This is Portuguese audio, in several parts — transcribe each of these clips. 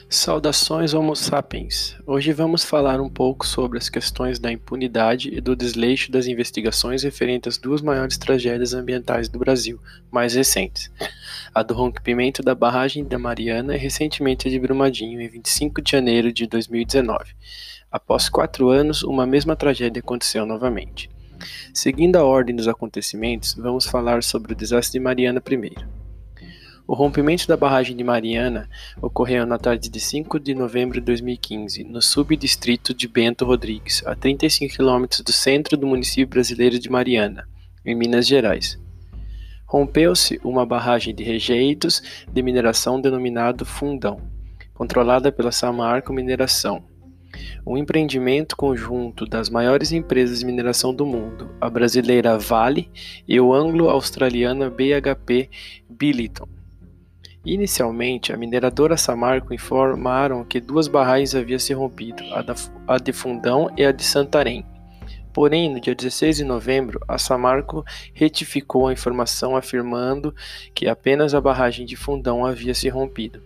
Saudações Homo sapiens! Hoje vamos falar um pouco sobre as questões da impunidade e do desleixo das investigações referentes às duas maiores tragédias ambientais do Brasil, mais recentes. A do rompimento da barragem da Mariana e recentemente a de Brumadinho, em 25 de janeiro de 2019. Após 4 anos, uma mesma tragédia aconteceu novamente. Seguindo a ordem dos acontecimentos, vamos falar sobre o desastre de Mariana primeiro. O rompimento da barragem de Mariana ocorreu na tarde de 5 de novembro de 2015, no subdistrito de Bento Rodrigues, a 35 quilômetros do centro do município brasileiro de Mariana, em Minas Gerais. Rompeu-se uma barragem de rejeitos de mineração denominado Fundão, controlada pela Samarco Mineração, um empreendimento conjunto das maiores empresas de mineração do mundo, a brasileira Vale e o anglo-australiana BHP Billiton. Inicialmente, a mineradora Samarco informaram que duas barragens haviam se rompido, a de Fundão e a de Santarém. Porém, no dia 16 de novembro, a Samarco retificou a informação afirmando que apenas a barragem de Fundão havia se rompido.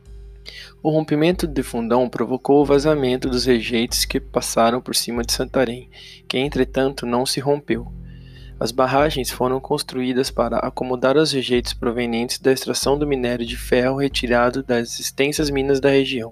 O rompimento de Fundão provocou o vazamento dos rejeitos que passaram por cima de Santarém, que entretanto não se rompeu. As barragens foram construídas para acomodar os rejeitos provenientes da extração do minério de ferro retirado das extensas minas da região.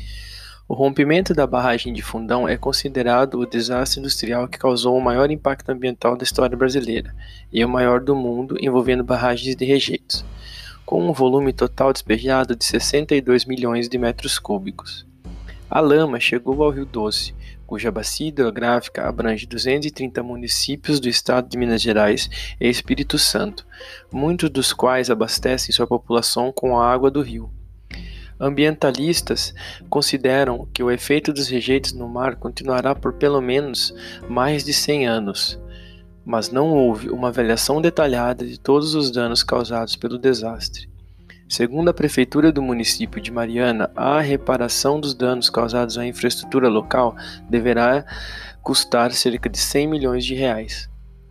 O rompimento da barragem de Fundão é considerado o desastre industrial que causou o maior impacto ambiental da história brasileira e o maior do mundo envolvendo barragens de rejeitos, com um volume total despejado de 62 milhões de metros cúbicos. A lama chegou ao Rio Doce, cuja bacia hidrográfica abrange 230 municípios do estado de Minas Gerais e Espírito Santo, muitos dos quais abastecem sua população com a água do rio. Ambientalistas consideram que o efeito dos rejeitos no mar continuará por pelo menos mais de 100 anos, mas não houve uma avaliação detalhada de todos os danos causados pelo desastre. Segundo a Prefeitura do município de Mariana, a reparação dos danos causados à infraestrutura local deverá custar cerca de 100 milhões de reais.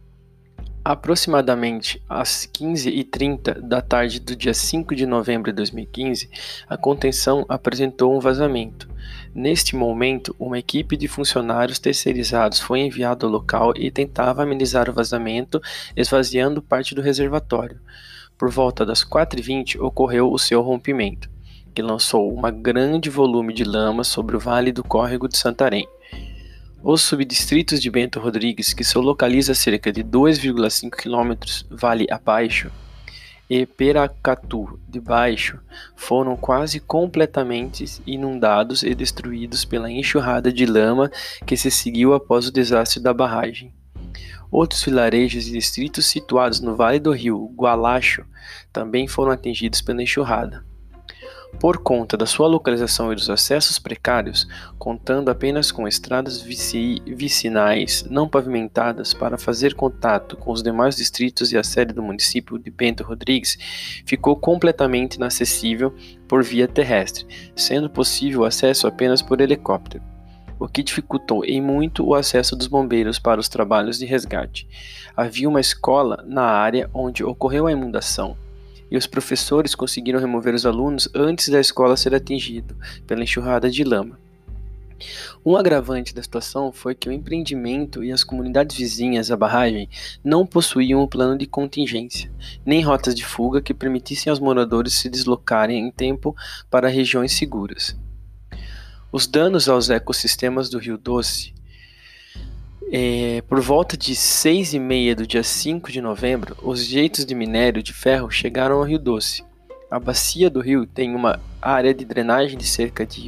Aproximadamente às 15h30 da tarde do dia 5 de novembro de 2015, a contenção apresentou um vazamento. Neste momento, uma equipe de funcionários terceirizados foi enviada ao local e tentava amenizar o vazamento, esvaziando parte do reservatório. Por volta das 4h20 ocorreu o seu rompimento, que lançou um grande volume de lama sobre o vale do córrego de Santarém. Os subdistritos de Bento Rodrigues, que se localiza a cerca de 2,5 km vale abaixo, e Peracatu de Baixo, foram quase completamente inundados e destruídos pela enxurrada de lama que se seguiu após o desastre da barragem. Outros vilarejos e distritos situados no Vale do Rio Gualacho também foram atingidos pela enxurrada. Por conta da sua localização e dos acessos precários, contando apenas com estradas vicinais não pavimentadas para fazer contato com os demais distritos e a sede do município de Bento Rodrigues, ficou completamente inacessível por via terrestre, sendo possível o acesso apenas por helicóptero, o que dificultou em muito o acesso dos bombeiros para os trabalhos de resgate. Havia uma escola na área onde ocorreu a inundação, e os professores conseguiram remover os alunos antes da escola ser atingida pela enxurrada de lama. Um agravante da situação foi que o empreendimento e as comunidades vizinhas à barragem não possuíam um plano de contingência, nem rotas de fuga que permitissem aos moradores se deslocarem em tempo para regiões seguras. Os danos aos ecossistemas do Rio Doce. Por volta de 6h30 do dia 5 de novembro, os rejeitos de minério de ferro chegaram ao Rio Doce. A bacia do rio tem uma área de drenagem de cerca de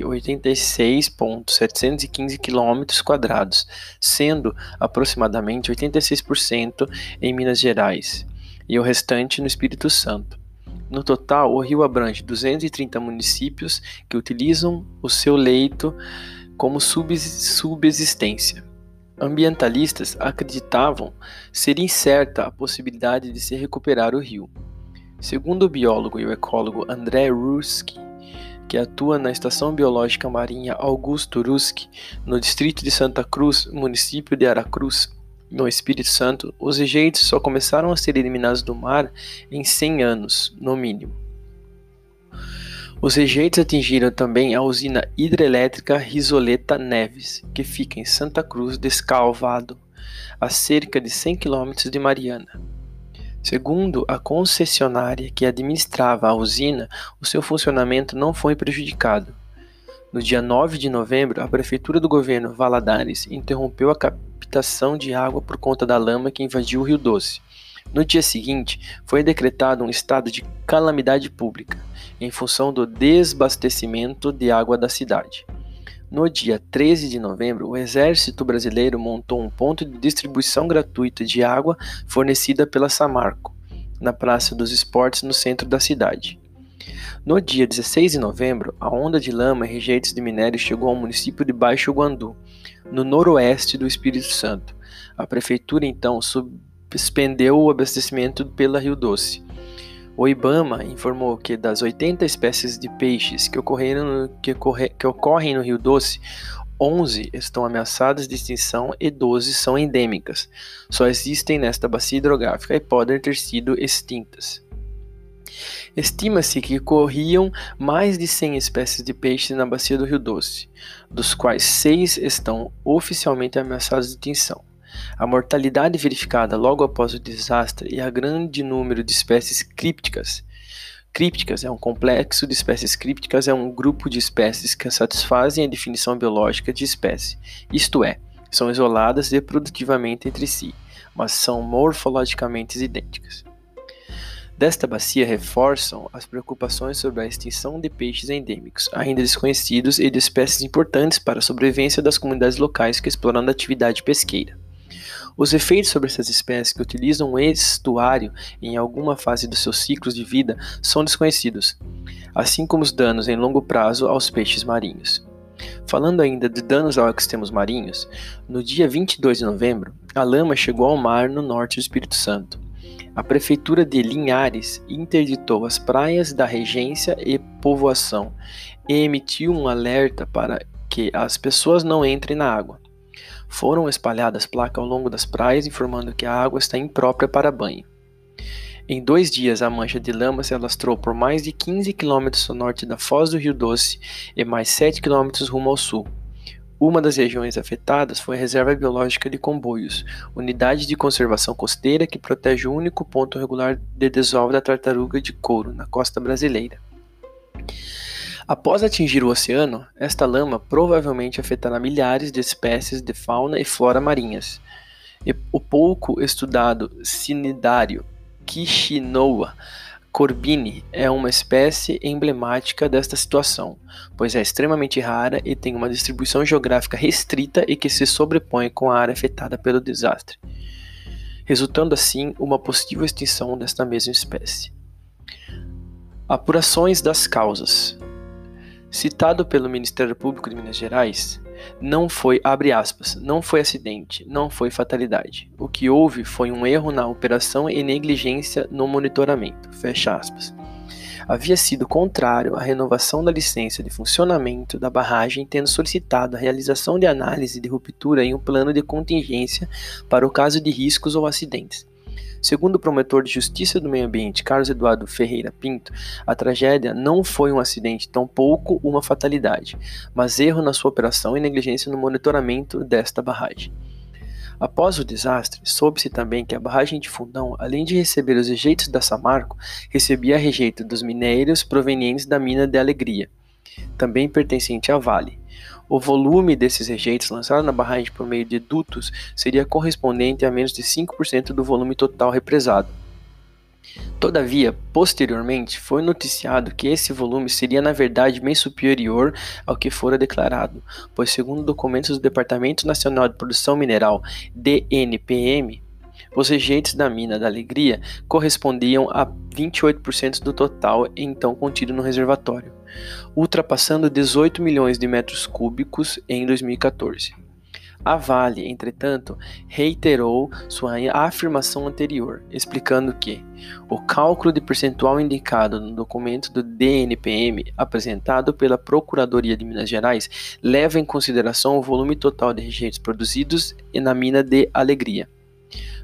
86,715 km², sendo aproximadamente 86% em Minas Gerais e o restante no Espírito Santo. No total, o rio abrange 230 municípios que utilizam o seu leito como subsistência. Ambientalistas acreditavam ser incerta a possibilidade de se recuperar o rio. Segundo o biólogo e o ecólogo André Ruski, que atua na Estação Biológica Marinha Augusto Ruski, no distrito de Santa Cruz, município de Aracruz, no Espírito Santo, os rejeitos só começaram a ser eliminados do mar em 100 anos, no mínimo. Os rejeitos atingiram também a usina hidrelétrica Risoleta Neves, que fica em Santa Cruz Descalvado, a cerca de 100 quilômetros de Mariana. Segundo a concessionária que administrava a usina, o seu funcionamento não foi prejudicado. No dia 9 de novembro, a prefeitura do governo Valadares interrompeu a captação de água por conta da lama que invadiu o Rio Doce. No dia seguinte, foi decretado um estado de calamidade pública, em função do desabastecimento de água da cidade. No dia 13 de novembro, o Exército Brasileiro montou um ponto de distribuição gratuita de água fornecida pela Samarco, na Praça dos Esportes, no centro da cidade. No dia 16 de novembro, a onda de lama e rejeitos de minério chegou ao município de Baixo Guandu, no noroeste do Espírito Santo. A prefeitura então suspendeu o abastecimento pela Rio Doce. O IBAMA informou que das 80 espécies de peixes que ocorrem no Rio Doce, 11 estão ameaçadas de extinção e 12 são endêmicas. Só existem nesta bacia hidrográfica e podem ter sido extintas. Estima-se que corriam mais de 100 espécies de peixes na bacia do Rio Doce, dos quais 6 estão oficialmente ameaçados de extinção. A mortalidade verificada logo após o desastre e a grande número de espécies crípticas. Crípticas é um complexo de espécies crípticas, é um grupo de espécies que satisfazem a definição biológica de espécie, isto é, são isoladas reprodutivamente entre si, mas são morfologicamente idênticas. Desta bacia reforçam as preocupações sobre a extinção de peixes endêmicos, ainda desconhecidos, e de espécies importantes para a sobrevivência das comunidades locais que exploram a atividade pesqueira. Os efeitos sobre essas espécies que utilizam o estuário em alguma fase dos seus ciclos de vida são desconhecidos, assim como os danos em longo prazo aos peixes marinhos. Falando ainda de danos aos ecossistemas marinhos, no dia 22 de novembro, a lama chegou ao mar no norte do Espírito Santo. A prefeitura de Linhares interditou as praias da Regência e Povoação e emitiu um alerta para que as pessoas não entrem na água. Foram espalhadas placas ao longo das praias informando que a água está imprópria para banho. Em 2 dias, a mancha de lama se alastrou por mais de 15 km ao norte da foz do Rio Doce e mais 7 km rumo ao sul. Uma das regiões afetadas foi a Reserva Biológica de Comboios, unidade de conservação costeira que protege o único ponto regular de desova da tartaruga de couro na costa brasileira. Após atingir o oceano, esta lama provavelmente afetará milhares de espécies de fauna e flora marinhas. E o pouco estudado cnidário Kishinoa corbini é uma espécie emblemática desta situação, pois é extremamente rara e tem uma distribuição geográfica restrita e que se sobrepõe com a área afetada pelo desastre, resultando assim uma possível extinção desta mesma espécie. Apurações das causas. Citado pelo Ministério Público de Minas Gerais, não foi, abre aspas, não foi acidente, não foi fatalidade. O que houve foi um erro na operação e negligência no monitoramento, fecha aspas. Havia sido contrário à renovação da licença de funcionamento da barragem, tendo solicitado a realização de análise de ruptura em um plano de contingência para o caso de riscos ou acidentes. Segundo o promotor de Justiça do Meio Ambiente, Carlos Eduardo Ferreira Pinto, a tragédia não foi um acidente, tampouco uma fatalidade, mas erro na sua operação e negligência no monitoramento desta barragem. Após o desastre, soube-se também que a barragem de Fundão, além de receber os rejeitos da Samarco, recebia rejeito dos minérios provenientes da mina de Alegria, também pertencente à Vale. O volume desses rejeitos lançados na barragem por meio de dutos seria correspondente a menos de 5% do volume total represado. Todavia, posteriormente, foi noticiado que esse volume seria na verdade bem superior ao que fora declarado, pois segundo documentos do Departamento Nacional de Produção Mineral, DNPM, os rejeitos da mina da Alegria correspondiam a 28% do total então contido no reservatório, ultrapassando 18 milhões de metros cúbicos em 2014. A Vale, entretanto, reiterou sua afirmação anterior, explicando que o cálculo de percentual indicado no documento do DNPM apresentado pela Procuradoria de Minas Gerais leva em consideração o volume total de rejeitos produzidos na mina de Alegria.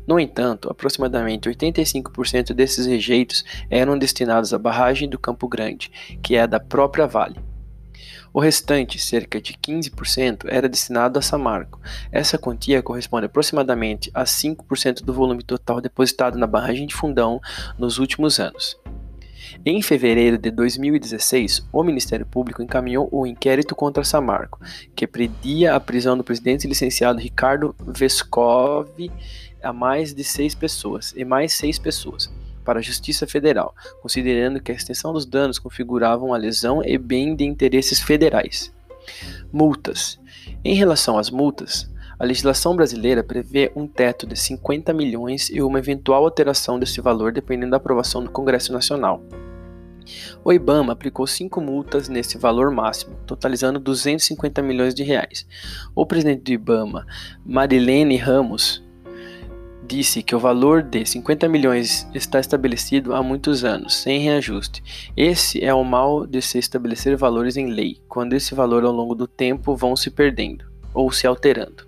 No entanto, aproximadamente 85% desses rejeitos eram destinados à barragem do Campo Grande, que é da própria Vale. O restante, cerca de 15%, era destinado a Samarco. Essa quantia corresponde aproximadamente a 5% do volume total depositado na barragem de Fundão nos últimos anos. Em fevereiro de 2016, o Ministério Público encaminhou o inquérito contra a Samarco, que pedia a prisão do presidente licenciado Ricardo Vescov e mais 6 pessoas, para a Justiça Federal, considerando que a extensão dos danos configurava uma lesão e bem de interesses federais. Multas. Em relação às multas, a legislação brasileira prevê um teto de 50 milhões e uma eventual alteração desse valor dependendo da aprovação do Congresso Nacional. O IBAMA aplicou 5 multas nesse valor máximo, totalizando 250 milhões de reais. O presidente do IBAMA, Marilene Ramos, disse que o valor de 50 milhões está estabelecido há muitos anos, sem reajuste. Esse é o mal de se estabelecer valores em lei, quando esse valor ao longo do tempo vão se perdendo ou se alterando.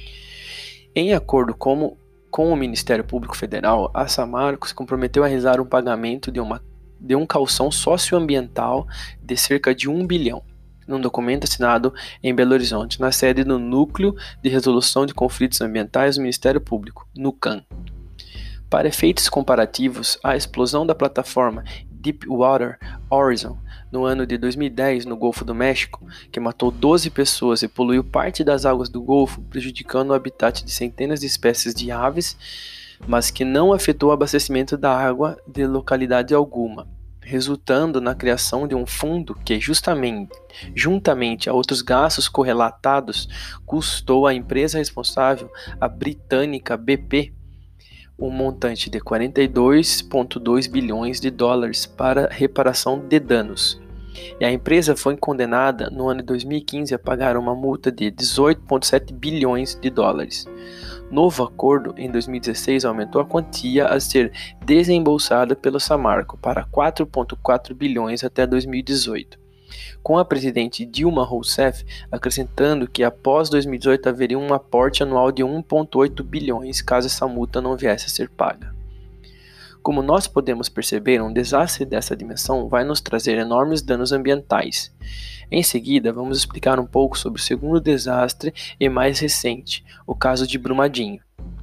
Em acordo com o Ministério Público Federal, a Samarco se comprometeu a realizar um pagamento de um calção socioambiental de cerca de 1 bilhão, num documento assinado em Belo Horizonte, na sede do Núcleo de Resolução de Conflitos Ambientais do Ministério Público, NUCAM. Para efeitos comparativos, a explosão da plataforma Deepwater Horizon no ano de 2010 no Golfo do México, que matou 12 pessoas e poluiu parte das águas do Golfo, prejudicando o habitat de centenas de espécies de aves, mas que não afetou o abastecimento da água de localidade alguma, resultando na criação de um fundo que, juntamente a outros gastos correlatados, custou à empresa responsável, a britânica BP, um montante de 42,2 bilhões de dólares para reparação de danos. E a empresa foi condenada no ano de 2015 a pagar uma multa de 18,7 bilhões de dólares. Novo acordo, em 2016, aumentou a quantia a ser desembolsada pelo Samarco para 4,4 bilhões até 2018, com a presidente Dilma Rousseff acrescentando que após 2018 haveria um aporte anual de 1,8 bilhões caso essa multa não viesse a ser paga. Como nós podemos perceber, um desastre dessa dimensão vai nos trazer enormes danos ambientais. Em seguida, vamos explicar um pouco sobre o segundo desastre e mais recente, o caso de Brumadinho.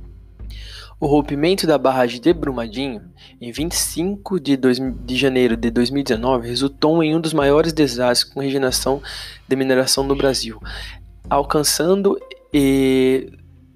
O rompimento da barragem de Brumadinho, em 25 de janeiro de 2019, resultou em um dos maiores desastres com regeneração de mineração no Brasil, alcançando e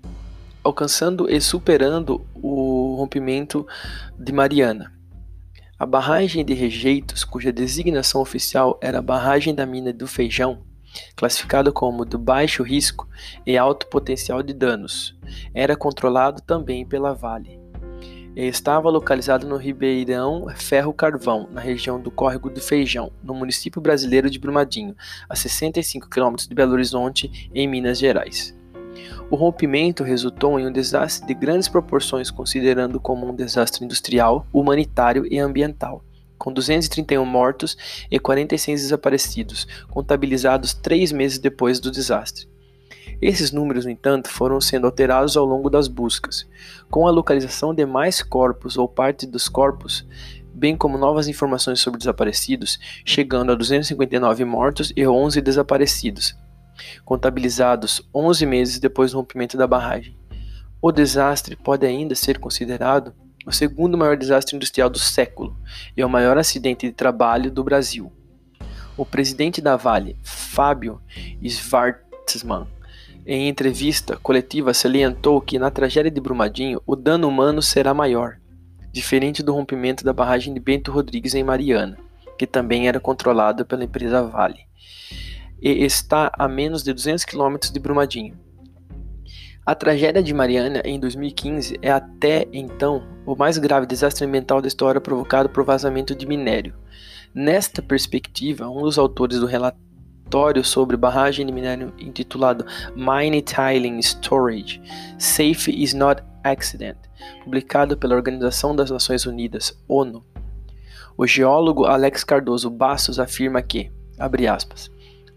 superando o rompimento de Mariana. A barragem de rejeitos, cuja designação oficial era a barragem da mina do Feijão, classificado como de baixo risco e alto potencial de danos, era controlado também pela Vale. E estava localizado no Ribeirão Ferro Carvão, na região do Córrego do Feijão, no município brasileiro de Brumadinho, a 65 km de Belo Horizonte, em Minas Gerais. O rompimento resultou em um desastre de grandes proporções, considerando como um desastre industrial, humanitário e ambiental, com 231 mortos e 46 desaparecidos, contabilizados 3 meses depois do desastre. Esses números, no entanto, foram sendo alterados ao longo das buscas, com a localização de mais corpos ou parte dos corpos, bem como novas informações sobre desaparecidos, chegando a 259 mortos e 11 desaparecidos, contabilizados 11 meses depois do rompimento da barragem. O desastre pode ainda ser considerado o segundo maior desastre industrial do século e o maior acidente de trabalho do Brasil. O presidente da Vale, Fábio Schvartzman, em entrevista coletiva salientou que na tragédia de Brumadinho o dano humano será maior, diferente do rompimento da barragem de Bento Rodrigues em Mariana, que também era controlada pela empresa Vale, e está a menos de 200 km de Brumadinho. A tragédia de Mariana em 2015 é até então o mais grave desastre ambiental da história provocado por vazamento de minério. Nesta perspectiva, um dos autores do relatório sobre barragem de minério intitulado Mine Tiling Storage, Safe is Not Accident, publicado pela Organização das Nações Unidas, ONU, o geólogo Alex Cardoso Bastos afirma que, abre aspas,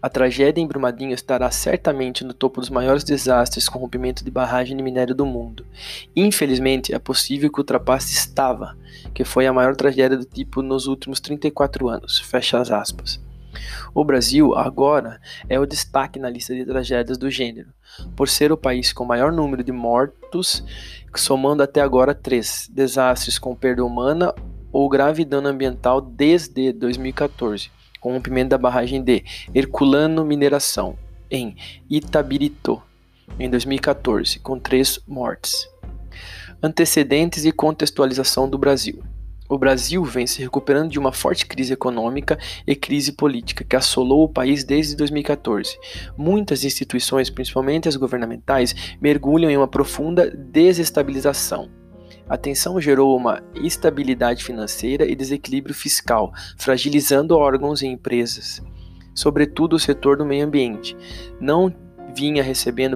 A tragédia em Brumadinho estará certamente no topo dos maiores desastres com rompimento de barragem de minério do mundo. Infelizmente, é possível que ultrapasse Stava, que foi a maior tragédia do tipo nos últimos 34 anos. Fecha as aspas. O Brasil, agora, é o destaque na lista de tragédias do gênero, por ser o país com maior número de mortos, somando até agora 3 desastres com perda humana ou grave dano ambiental desde 2014. Com o rompimento da barragem de Herculano Mineração, em Itabirito, em 2014, com 3 mortes. Antecedentes e contextualização do Brasil. O Brasil vem se recuperando de uma forte crise econômica e crise política que assolou o país desde 2014. Muitas instituições, principalmente as governamentais, mergulham em uma profunda desestabilização. A tensão gerou uma instabilidade financeira e desequilíbrio fiscal, fragilizando órgãos e empresas, sobretudo o setor do meio ambiente. Não vinha recebendo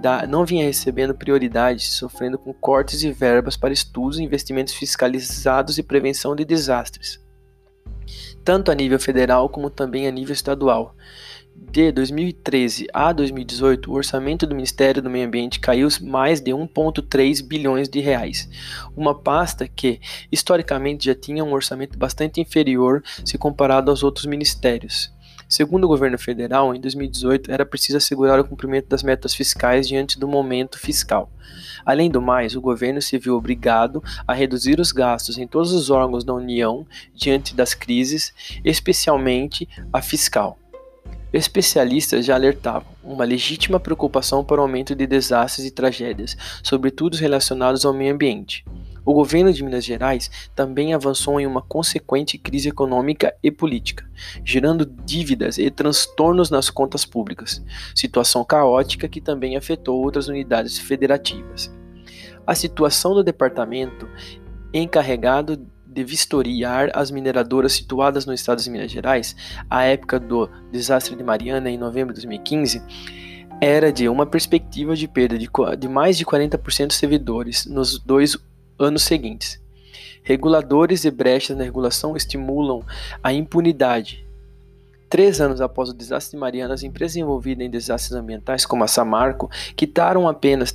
prioridade, sofrendo com cortes de verbas para estudos, investimentos fiscalizados e prevenção de desastres, tanto a nível federal como também a nível estadual. De 2013 a 2018, o orçamento do Ministério do Meio Ambiente caiu mais de 1,3 bilhões de reais, uma pasta que, historicamente, já tinha um orçamento bastante inferior se comparado aos outros ministérios. Segundo o governo federal, em 2018, era preciso assegurar o cumprimento das metas fiscais diante do momento fiscal. Além do mais, o governo se viu obrigado a reduzir os gastos em todos os órgãos da União diante das crises, especialmente a fiscal. Especialistas já alertavam uma legítima preocupação para o aumento de desastres e tragédias, sobretudo relacionados ao meio ambiente. O governo de Minas Gerais também avançou em uma consequente crise econômica e política, gerando dívidas e transtornos nas contas públicas, situação caótica que também afetou outras unidades federativas. A situação do departamento encarregado de vistoriar as mineradoras situadas no estado de Minas Gerais, à época do desastre de Mariana, em novembro de 2015, era de uma perspectiva de perda de mais de 40% de servidores nos 2 anos seguintes. Reguladores e brechas na regulação estimulam a impunidade. 3 anos após o desastre de Mariana, as empresas envolvidas em desastres ambientais, como a Samarco, quitaram apenas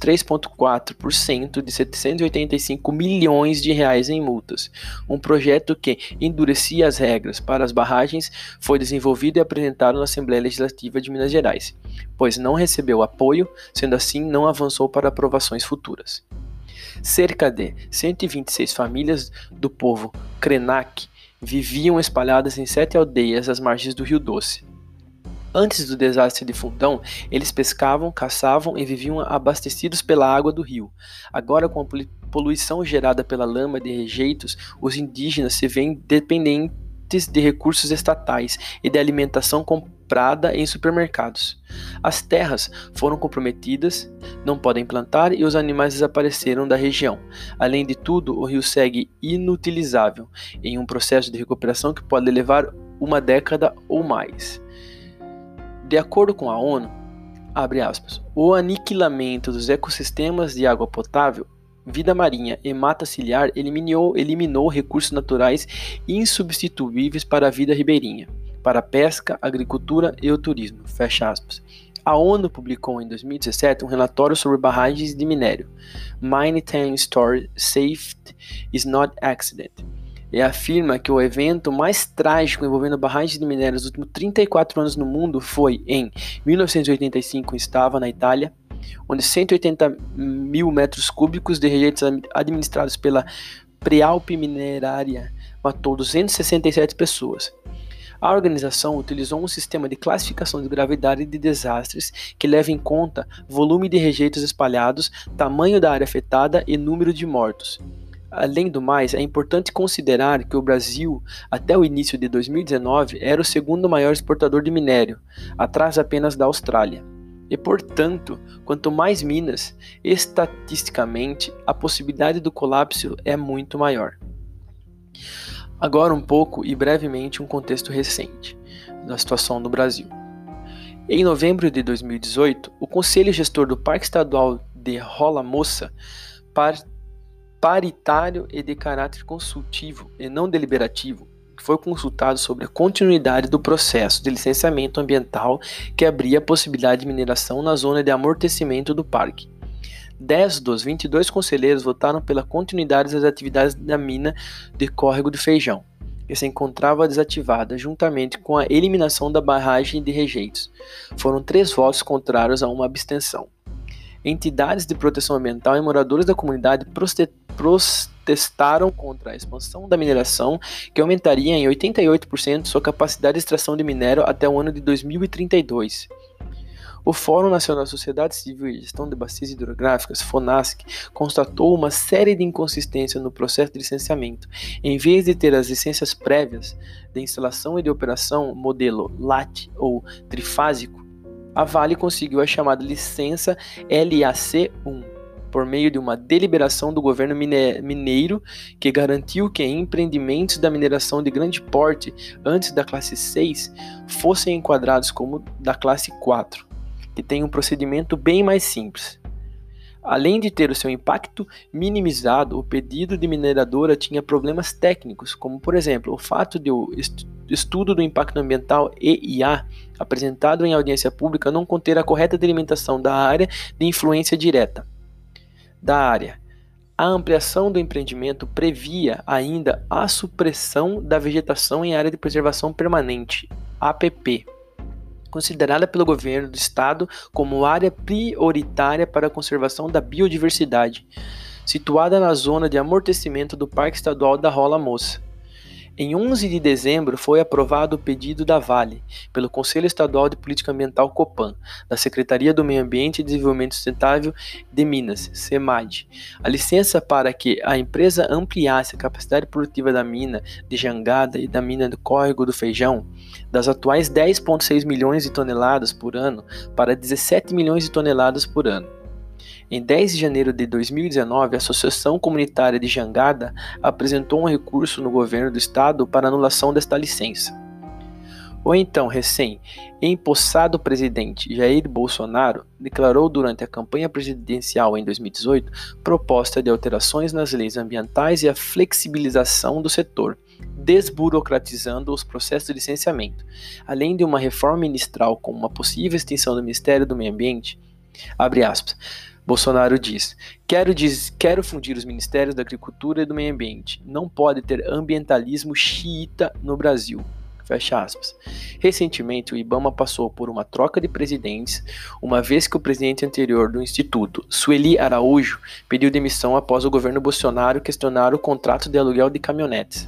3,4% de 785 milhões de reais em multas. Um projeto que endurecia as regras para as barragens foi desenvolvido e apresentado na Assembleia Legislativa de Minas Gerais, pois não recebeu apoio, sendo assim não avançou para aprovações futuras. Cerca de 126 famílias do povo Krenak viviam espalhadas em 7 aldeias às margens do Rio Doce. Antes do desastre de Fundão, eles pescavam, caçavam e viviam abastecidos pela água do rio. Agora, com a poluição gerada pela lama de rejeitos, os indígenas se veem dependentes de recursos estatais e de alimentação comprada em supermercados. As terras foram comprometidas, não podem plantar e os animais desapareceram da região. Além de tudo, o rio segue inutilizável, em um processo de recuperação que pode levar 1 década ou mais. De acordo com a ONU, abre aspas, o aniquilamento dos ecossistemas de água potável, vida marinha e mata ciliar eliminou recursos naturais insubstituíveis para a vida ribeirinha, para a pesca, agricultura e o turismo. Fecha aspas. A ONU publicou em 2017 um relatório sobre barragens de minério, Mine Tank Store Safety is Not Accident, e afirma que o evento mais trágico envolvendo barragens de minério nos últimos 34 anos no mundo foi em 1985 em Stava, na Itália, onde 180 mil metros cúbicos de rejeitos administrados pela Prealp Minerária matou 267 pessoas. A organização utilizou um sistema de classificação de gravidade de desastres que leva em conta volume de rejeitos espalhados, tamanho da área afetada e número de mortos. Além do mais, é importante considerar que o Brasil, até o início de 2019, era o segundo maior exportador de minério, atrás apenas da Austrália. E, portanto, quanto mais minas, estatisticamente, a possibilidade do colapso é muito maior. Agora um pouco e brevemente um contexto recente da situação do Brasil. Em novembro de 2018, o Conselho Gestor do Parque Estadual de Rola Moça, paritário e de caráter consultivo e não deliberativo, foi consultado sobre a continuidade do processo de licenciamento ambiental que abria a possibilidade de mineração na zona de amortecimento do parque. 10 dos 22 conselheiros votaram pela continuidade das atividades da mina de Córrego do Feijão, que se encontrava desativada juntamente com a eliminação da barragem de rejeitos. Foram 3 votos contrários a uma abstenção. Entidades de proteção ambiental e moradores da comunidade protestaram contra a expansão da mineração, que aumentaria em 88% sua capacidade de extração de minério até o ano de 2032. O Fórum Nacional da Sociedade Civil e Gestão de Bacias Hidrográficas, FONASC, constatou uma série de inconsistências no processo de licenciamento. Em vez de ter as licenças prévias de instalação e de operação modelo LAT ou trifásico, a Vale conseguiu a chamada licença LAC-1, por meio de uma deliberação do governo mineiro que garantiu que empreendimentos da mineração de grande porte antes da classe 6 fossem enquadrados como da classe 4, que tem um procedimento bem mais simples. Além de ter o seu impacto minimizado, o pedido de mineradora tinha problemas técnicos, como por exemplo o fato de o estudo do impacto ambiental EIA, apresentado em audiência pública, não conter a correta delimitação da área de influência direta da área. A ampliação do empreendimento previa ainda a supressão da vegetação em área de preservação permanente, APP, considerada pelo governo do estado como área prioritária para a conservação da biodiversidade, situada na zona de amortecimento do Parque Estadual da Rola Moça. Em 11 de dezembro foi aprovado o pedido da Vale, pelo Conselho Estadual de Política Ambiental COPAM, da Secretaria do Meio Ambiente e Desenvolvimento Sustentável de Minas, SEMAD, a licença para que a empresa ampliasse a capacidade produtiva da mina de Jangada e da mina do Córrego do Feijão, das atuais 10,6 milhões de toneladas por ano para 17 milhões de toneladas por ano. Em 10 de janeiro de 2019, a Associação Comunitária de Jangada apresentou um recurso no governo do estado para anulação desta licença. O então recém-empossado presidente Jair Bolsonaro declarou durante a campanha presidencial em 2018 proposta de alterações nas leis ambientais e a flexibilização do setor, desburocratizando os processos de licenciamento, além de uma reforma ministerial com uma possível extinção do Ministério do Meio Ambiente. Abre aspas. Bolsonaro diz: quero fundir os ministérios da Agricultura e do Meio Ambiente. Não pode ter ambientalismo xiita no Brasil. Fecha aspas. Recentemente, o IBAMA passou por uma troca de presidentes, uma vez que o presidente anterior do Instituto, Sueli Araújo, pediu demissão após o governo Bolsonaro questionar o contrato de aluguel de caminhonetes.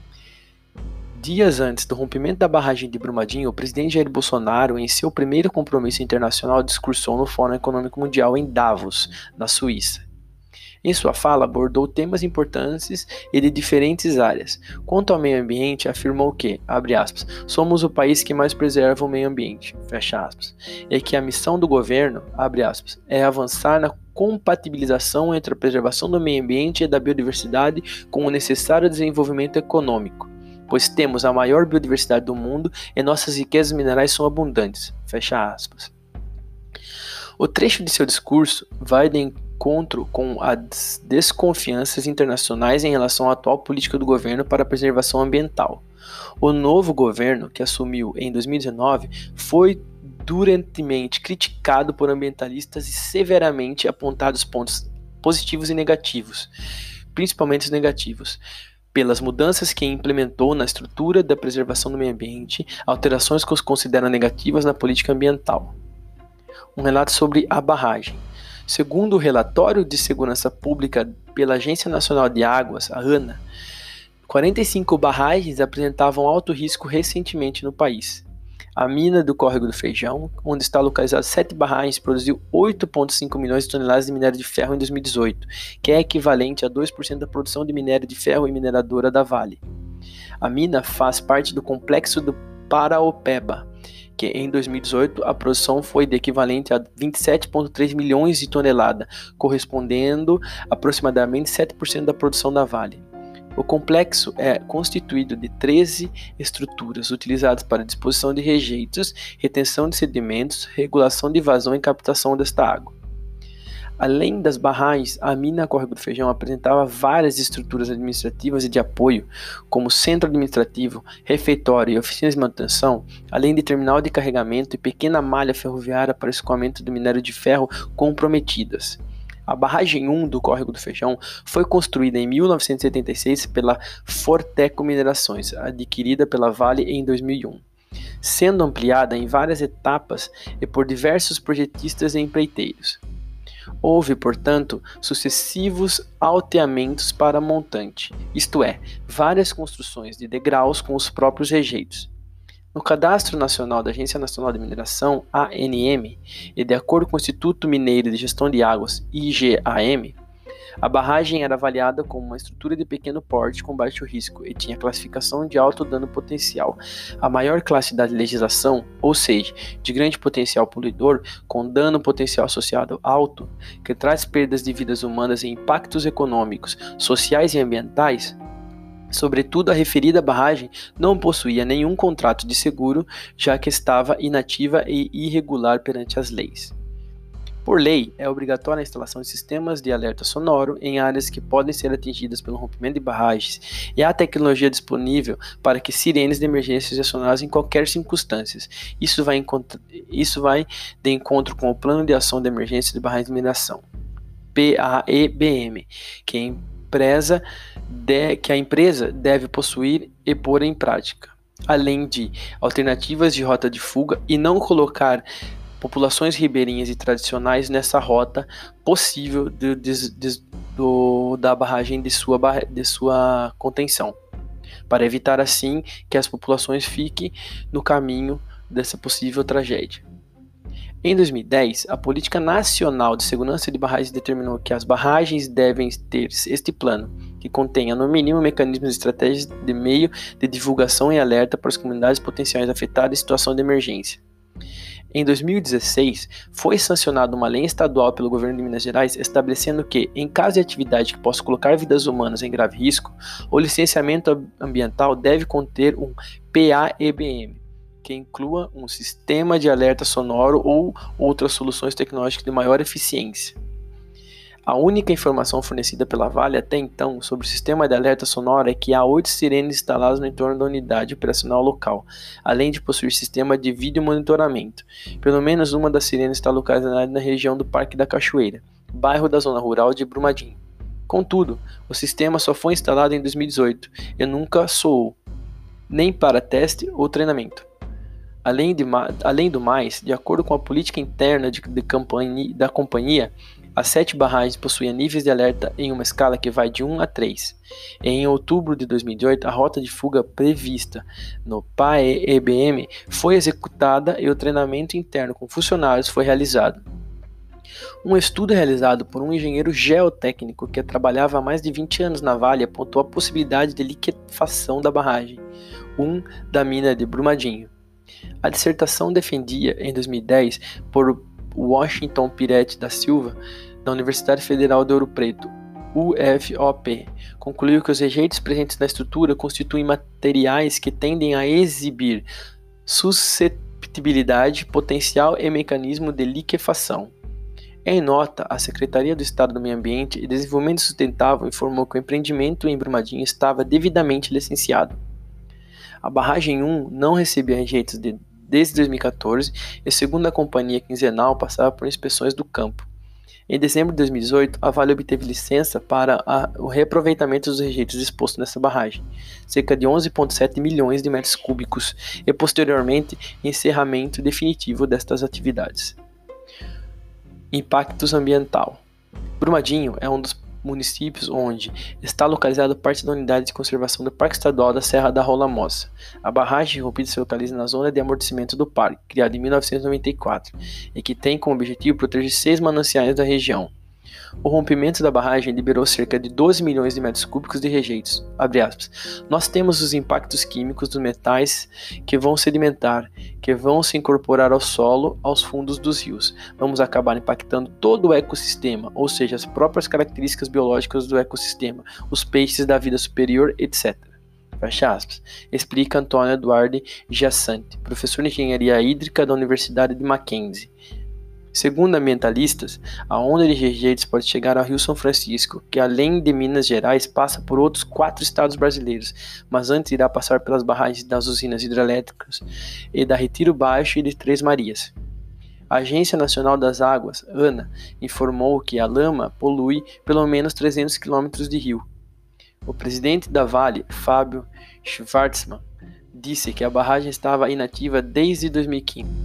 Dias antes do rompimento da barragem de Brumadinho, o presidente Jair Bolsonaro, em seu primeiro compromisso internacional, discursou no Fórum Econômico Mundial em Davos, na Suíça. Em sua fala, abordou temas importantes e de diferentes áreas. Quanto ao meio ambiente, afirmou que, abre aspas, somos o país que mais preserva o meio ambiente, fecha aspas, e que a missão do governo, abre aspas, é avançar na compatibilização entre a preservação do meio ambiente e da biodiversidade com o necessário desenvolvimento econômico, pois temos a maior biodiversidade do mundo e nossas riquezas minerais são abundantes, fecha aspas. O trecho de seu discurso vai de encontro com as desconfianças internacionais em relação à atual política do governo para a preservação ambiental. O novo governo, que assumiu em 2019, foi durentemente criticado por ambientalistas e severamente apontado os pontos positivos e negativos, principalmente os negativos, pelas mudanças que implementou na estrutura da preservação do meio ambiente, alterações que os consideram negativas na política ambiental. Um relato sobre a barragem. Segundo o relatório de segurança pública pela Agência Nacional de Águas, a ANA, 45 barragens apresentavam alto risco recentemente no país. A mina do Córrego do Feijão, onde está localizado 7 barragens, produziu 8,5 milhões de toneladas de minério de ferro em 2018, que é equivalente a 2% da produção de minério de ferro e mineradora da Vale. A mina faz parte do complexo do Paraopeba, que em 2018 a produção foi de equivalente a 27,3 milhões de toneladas, correspondendo a aproximadamente 7% da produção da Vale. O complexo é constituído de 13 estruturas utilizadas para disposição de rejeitos, retenção de sedimentos, regulação de vazão e captação desta água. Além das barragens, a mina Córrego do Feijão apresentava várias estruturas administrativas e de apoio, como centro administrativo, refeitório e oficinas de manutenção, além de terminal de carregamento e pequena malha ferroviária para escoamento do minério de ferro comprometidas. A barragem 1 do Córrego do Feijão foi construída em 1976 pela Forteco Minerações, adquirida pela Vale em 2001, sendo ampliada em várias etapas e por diversos projetistas e empreiteiros. Houve, portanto, sucessivos alteamentos para montante, isto é, várias construções de degraus com os próprios rejeitos. No Cadastro Nacional da Agência Nacional de Mineração, ANM, e de acordo com o Instituto Mineiro de Gestão de Águas, IGAM, a barragem era avaliada como uma estrutura de pequeno porte com baixo risco e tinha classificação de alto dano potencial. A maior classe da legislação, ou seja, de grande potencial poluidor, com dano potencial associado alto, que traz perdas de vidas humanas e impactos econômicos, sociais e ambientais. Sobretudo, a referida barragem não possuía nenhum contrato de seguro, já que estava inativa e irregular perante as leis. Por lei, é obrigatória a instalação de sistemas de alerta sonoro em áreas que podem ser atingidas pelo rompimento de barragens, e há tecnologia disponível para que sirenes de emergência sejam acionadas em qualquer circunstância. Isso vai de encontro com o Plano de Ação de Emergência de Barragens de Mineração, PAEBM, que a empresa deve possuir e pôr em prática, além de alternativas de rota de fuga e não colocar populações ribeirinhas e tradicionais nessa rota possível da barragem de sua contenção, para evitar assim que as populações fiquem no caminho dessa possível tragédia. Em 2010, a Política Nacional de Segurança de Barragens determinou que as barragens devem ter este plano, que contenha no mínimo mecanismos e estratégias de meio de divulgação e alerta para as comunidades potenciais afetadas em situação de emergência. Em 2016, foi sancionada uma lei estadual pelo governo de Minas Gerais estabelecendo que, em caso de atividade que possa colocar vidas humanas em grave risco, o licenciamento ambiental deve conter um PAEBM, que inclua um sistema de alerta sonoro ou outras soluções tecnológicas de maior eficiência. A única informação fornecida pela Vale até então sobre o sistema de alerta sonoro é que há 8 sirenes instaladas no entorno da unidade operacional local, além de possuir sistema de vídeo monitoramento. Pelo menos uma das sirenes está localizada na região do Parque da Cachoeira, bairro da zona rural de Brumadinho. Contudo, o sistema só foi instalado em 2018 e nunca soou, nem para teste ou treinamento. Além do mais, de acordo com a política interna da companhia, as 7 barragens possuíam níveis de alerta em uma escala que vai de 1 a 3. Em outubro de 2018, a rota de fuga prevista no PAEBM foi executada e o treinamento interno com funcionários foi realizado. Um estudo realizado por um engenheiro geotécnico que trabalhava há mais de 20 anos na Vale apontou a possibilidade de liquefação da barragem 1 da mina de Brumadinho. A dissertação defendida em 2010 por Washington Piretti da Silva, da Universidade Federal de Ouro Preto, UFOP, concluiu que os rejeitos presentes na estrutura constituem materiais que tendem a exibir suscetibilidade, potencial e mecanismo de liquefação. Em nota, a Secretaria do Estado do Meio Ambiente e Desenvolvimento Sustentável informou que o empreendimento em Brumadinho estava devidamente licenciado. A barragem 1 não recebia rejeitos desde 2014 e, segundo a companhia quinzenal, passava por inspeções do campo. Em dezembro de 2018, a Vale obteve licença para o reaproveitamento dos rejeitos expostos nessa barragem, cerca de 11,7 milhões de metros cúbicos, e posteriormente encerramento definitivo destas atividades. Impactos ambiental. Brumadinho é um dos municípios onde está localizada parte da unidade de conservação do Parque Estadual da Serra da Rola Mossa. A barragem rompida se localiza na zona de amortecimento do parque, criada em 1994, e que tem como objetivo proteger 6 mananciais da região. O rompimento da barragem liberou cerca de 12 milhões de metros cúbicos de rejeitos. Nós temos os impactos químicos dos metais que vão sedimentar, que vão se incorporar ao solo, aos fundos dos rios. Vamos acabar impactando todo o ecossistema, ou seja, as próprias características biológicas do ecossistema, os peixes da vida superior, etc. Fecha aspas. Explica Antônio Eduardo Giassante, professor de engenharia hídrica da Universidade de Mackenzie. Segundo ambientalistas, a onda de rejeitos pode chegar ao Rio São Francisco, que além de Minas Gerais passa por outros 4 estados brasileiros, mas antes irá passar pelas barragens das usinas hidrelétricas e da Retiro Baixo e de Três Marias. A Agência Nacional das Águas, ANA, informou que a lama polui pelo menos 300 quilômetros de rio. O presidente da Vale, Fábio Schvartzman, disse que a barragem estava inativa desde 2015.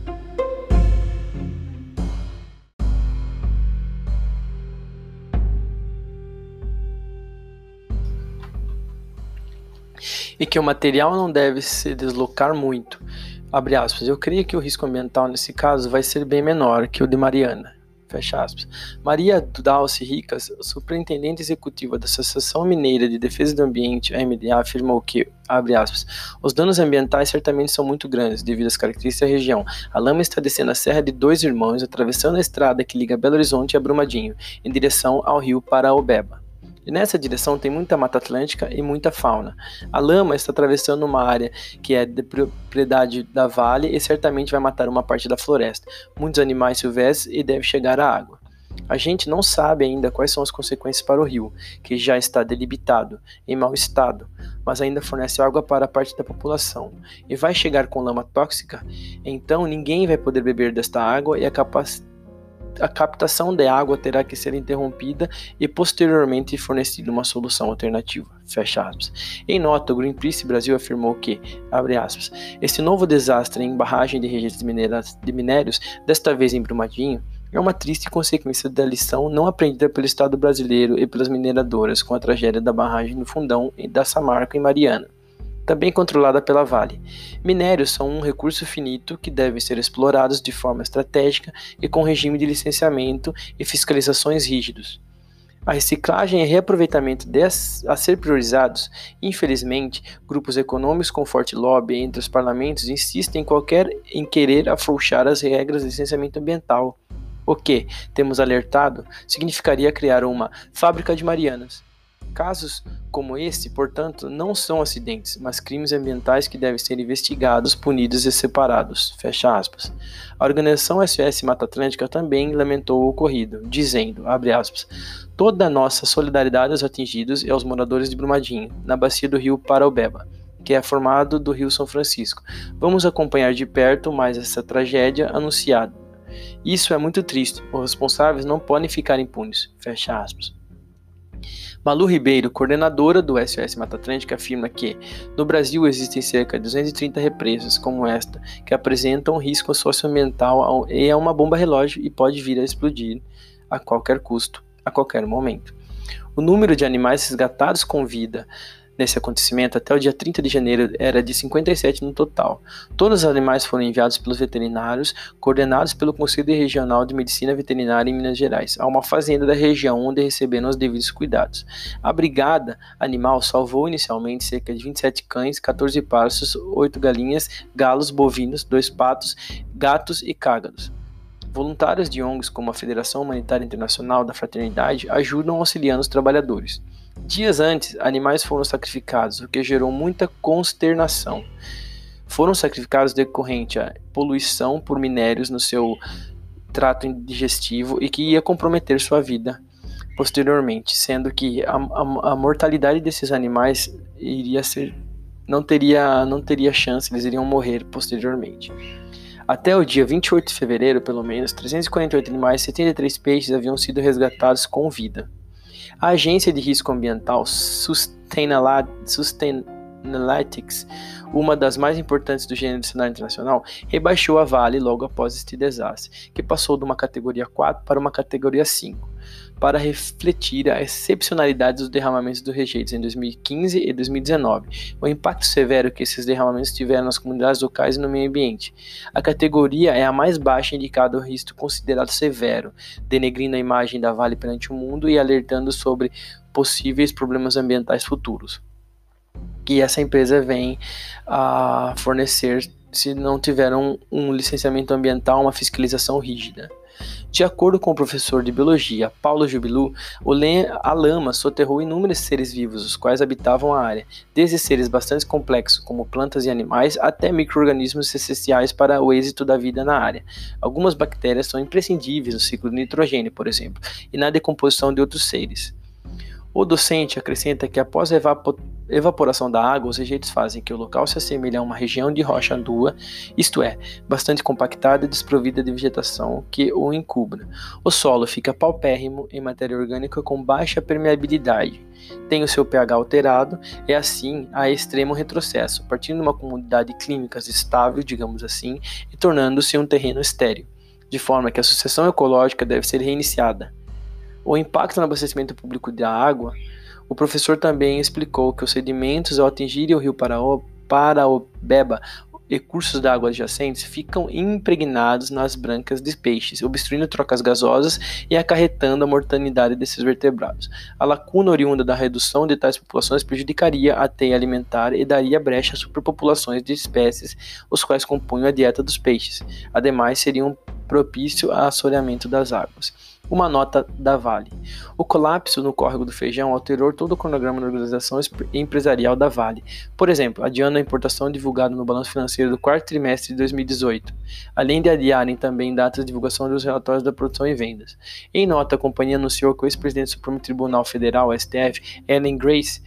E que o material não deve se deslocar muito. Abre aspas, eu creio que o risco ambiental nesse caso vai ser bem menor que o de Mariana. Fecha aspas. Maria Dulce Ricas, superintendente executiva da Associação Mineira de Defesa do Ambiente, AMDA, afirmou que, abre aspas, os danos ambientais certamente são muito grandes devido às características da região. A lama está descendo a Serra de Dois Irmãos, atravessando a estrada que liga Belo Horizonte a Brumadinho, em direção ao rio Paraopeba. E nessa direção tem muita mata atlântica e muita fauna. A lama está atravessando uma área que é de propriedade da Vale e certamente vai matar uma parte da floresta, muitos animais silvestres e deve chegar à água. A gente não sabe ainda quais são as consequências para o rio, que já está delimitado, em mau estado, mas ainda fornece água para parte da população. E vai chegar com lama tóxica, então ninguém vai poder beber desta água e a captação de água terá que ser interrompida e posteriormente fornecida uma solução alternativa. Fecha aspas. Em nota, o Greenpeace Brasil afirmou que, abre aspas, este novo desastre em barragem de rejeitos de minérios, desta vez em Brumadinho, é uma triste consequência da lição não aprendida pelo Estado brasileiro e pelas mineradoras com a tragédia da barragem do Fundão e da Samarco em Mariana, também controlada pela Vale. Minérios são um recurso finito que devem ser explorados de forma estratégica e com regime de licenciamento e fiscalizações rígidos. A reciclagem e reaproveitamento a ser priorizados, infelizmente, grupos econômicos com forte lobby entre os parlamentos insistem em querer afrouxar as regras de licenciamento ambiental, o que, temos alertado, significaria criar uma fábrica de Marianas. Casos como esse, portanto, não são acidentes, mas crimes ambientais que devem ser investigados, punidos e separados. Fecha aspas. A organização SOS Mata Atlântica também lamentou o ocorrido, dizendo, abre aspas, toda a nossa solidariedade aos atingidos e aos moradores de Brumadinho, na bacia do rio Paraopeba, que é formado do rio São Francisco. Vamos acompanhar de perto mais essa tragédia anunciada. Isso é muito triste, os responsáveis não podem ficar impunes. Fecha aspas. Malu Ribeiro, coordenadora do SOS Mata Atlântica, afirma que, no Brasil, existem cerca de 230 represas como esta, que apresentam risco socioambiental e é uma bomba relógio e pode vir a explodir a qualquer custo, a qualquer momento. O número de animais resgatados com vida nesse acontecimento até o dia 30 de janeiro era de 57 no total. Todos os animais foram enviados pelos veterinários, coordenados pelo Conselho Regional de Medicina Veterinária em Minas Gerais, a uma fazenda da região onde receberam os devidos cuidados. A brigada animal salvou inicialmente cerca de 27 cães, 14 parços, 8 galinhas, galos, bovinos, 2 patos, gatos e cágados. Voluntários de ONGs como a Federação Humanitária Internacional da Fraternidade ajudam auxiliando os trabalhadores. Dias antes, animais foram sacrificados, o que gerou muita consternação. Foram sacrificados decorrente à poluição por minérios no seu trato digestivo e que ia comprometer sua vida posteriormente, sendo que a mortalidade desses animais não teria chance, eles iriam morrer posteriormente. Até o dia 28 de fevereiro, pelo menos, 348 animais e 73 peixes haviam sido resgatados com vida. A Agência de Risco Ambiental Sustainalytics, uma das mais importantes do gênero do cenário internacional, rebaixou a Vale logo após este desastre, que passou de uma categoria 4 para uma categoria 5, para refletir a excepcionalidade dos derramamentos dos rejeitos em 2015 e 2019, o impacto severo que esses derramamentos tiveram nas comunidades locais e no meio ambiente. A categoria é a mais baixa indicada ao risco considerado severo, denegrindo a imagem da Vale perante o mundo e alertando sobre possíveis problemas ambientais futuros que essa empresa vem a fornecer se não tiver um licenciamento ambiental, uma fiscalização rígida. De acordo com o professor de biologia Paulo Jubilu, a lama soterrou inúmeros seres vivos, os quais habitavam a área, desde seres bastante complexos, como plantas e animais, até micro-organismos essenciais para o êxito da vida na área. Algumas bactérias são imprescindíveis no ciclo do nitrogênio, por exemplo, e na decomposição de outros seres. O docente acrescenta que após a evaporação da água, os rejeitos fazem que o local se assemelhe a uma região de rocha nua, isto é, bastante compactada e desprovida de vegetação que o encubra. O solo fica paupérrimo em matéria orgânica com baixa permeabilidade, tem o seu pH alterado e assim há extremo retrocesso, partindo de uma comunidade clínica estável, digamos assim, e tornando-se um terreno estéril, de forma que a sucessão ecológica deve ser reiniciada. O impacto no abastecimento público da água. O professor também explicou que os sedimentos, ao atingirem o rio Paraopeba e cursos d'água adjacentes, ficam impregnados nas brancas de peixes, obstruindo trocas gasosas e acarretando a mortalidade desses vertebrados. A lacuna oriunda da redução de tais populações prejudicaria a teia alimentar e daria brecha a superpopulações de espécies, os quais compunham a dieta dos peixes. Ademais, seriam propício ao assoreamento das águas. Uma nota da Vale. O colapso no córrego do Feijão alterou todo o cronograma da organização empresarial da Vale. Por exemplo, adiando a importação divulgada no balanço financeiro do quarto trimestre de 2018, além de adiarem também datas de divulgação dos relatórios da produção e vendas. Em nota, a companhia anunciou que o ex-presidente do Supremo Tribunal Federal, STF, Ellen Grace,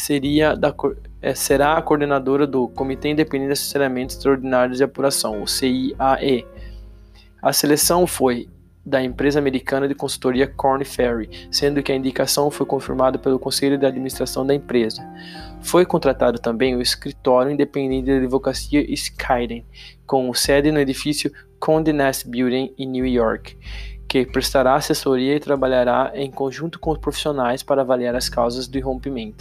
será a coordenadora do Comitê Independente de Assessoramentos Extraordinários de Apuração, o CIAE. A seleção foi da empresa americana de consultoria Korn Ferry, sendo que a indicação foi confirmada pelo Conselho de Administração da empresa. Foi contratado também o escritório independente de advocacia Skadden, com sede no edifício Condé Nast Building em New York, que prestará assessoria e trabalhará em conjunto com os profissionais para avaliar as causas do rompimento.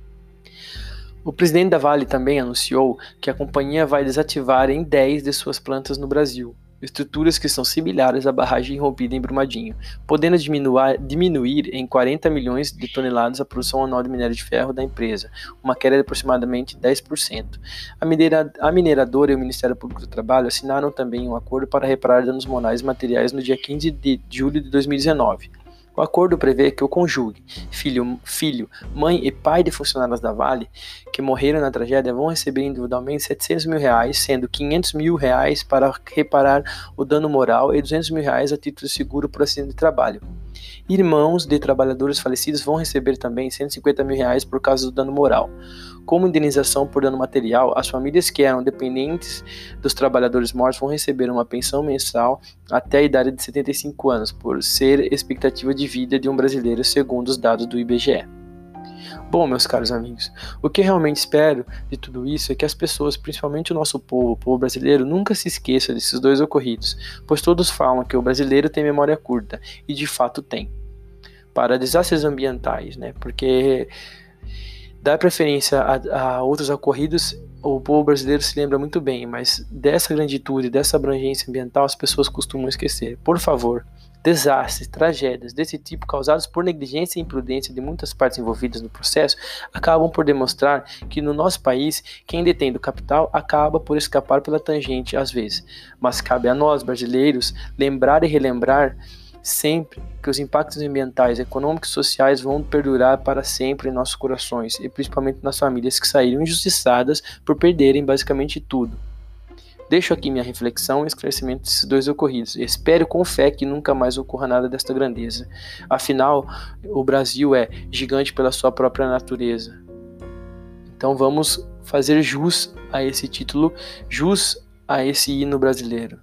O presidente da Vale também anunciou que a companhia vai desativar em 10 de suas plantas no Brasil estruturas que são similares à barragem rompida em Brumadinho, podendo diminuir em 40 milhões de toneladas a produção anual de minério de ferro da empresa, uma queda de aproximadamente 10%. A mineradora e o Ministério Público do Trabalho assinaram também um acordo para reparar danos morais e materiais no dia 15 de julho de 2019. O acordo prevê que o cônjuge, filho, mãe e pai de funcionários da Vale que morreram na tragédia vão receber individualmente R$700 mil, sendo R$500 mil para reparar o dano moral e R$200 mil a título de seguro por acidente de trabalho. Irmãos de trabalhadores falecidos vão receber também R$150 mil por causa do dano moral. Como indenização por dano material, as famílias que eram dependentes dos trabalhadores mortos vão receber uma pensão mensal até a idade de 75 anos, por ser expectativa de vida de um brasileiro, segundo os dados do IBGE. Bom, meus caros amigos, o que eu realmente espero de tudo isso é que as pessoas, principalmente o nosso povo, o povo brasileiro, nunca se esqueça desses dois ocorridos, pois todos falam que o brasileiro tem memória curta, e de fato tem. Para desastres ambientais, né? Porque dar preferência a outros ocorridos, o povo brasileiro se lembra muito bem, mas dessa granditude, dessa abrangência ambiental, as pessoas costumam esquecer. Por favor, desastres, tragédias desse tipo causados por negligência e imprudência de muitas partes envolvidas no processo acabam por demonstrar que no nosso país, quem detém do capital acaba por escapar pela tangente às vezes. Mas cabe a nós, brasileiros, lembrar e relembrar sempre que os impactos ambientais, econômicos e sociais vão perdurar para sempre em nossos corações e principalmente nas famílias que saíram injustiçadas por perderem basicamente tudo. Deixo aqui minha reflexão e esclarecimento desses dois ocorridos. Espero com fé que nunca mais ocorra nada desta grandeza. Afinal, o Brasil é gigante pela sua própria natureza. Então vamos fazer jus a esse título, jus a esse hino brasileiro.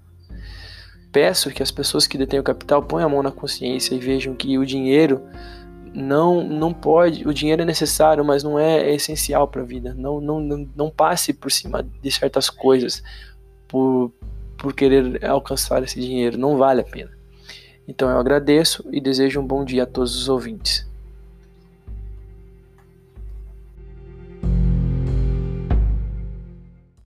Peço que as pessoas que detêm o capital ponham a mão na consciência e vejam que o dinheiro não pode, o dinheiro é necessário, mas não é essencial para a vida. Não passe por cima de certas coisas por querer alcançar esse dinheiro, não vale a pena. Então eu agradeço e desejo um bom dia a todos os ouvintes.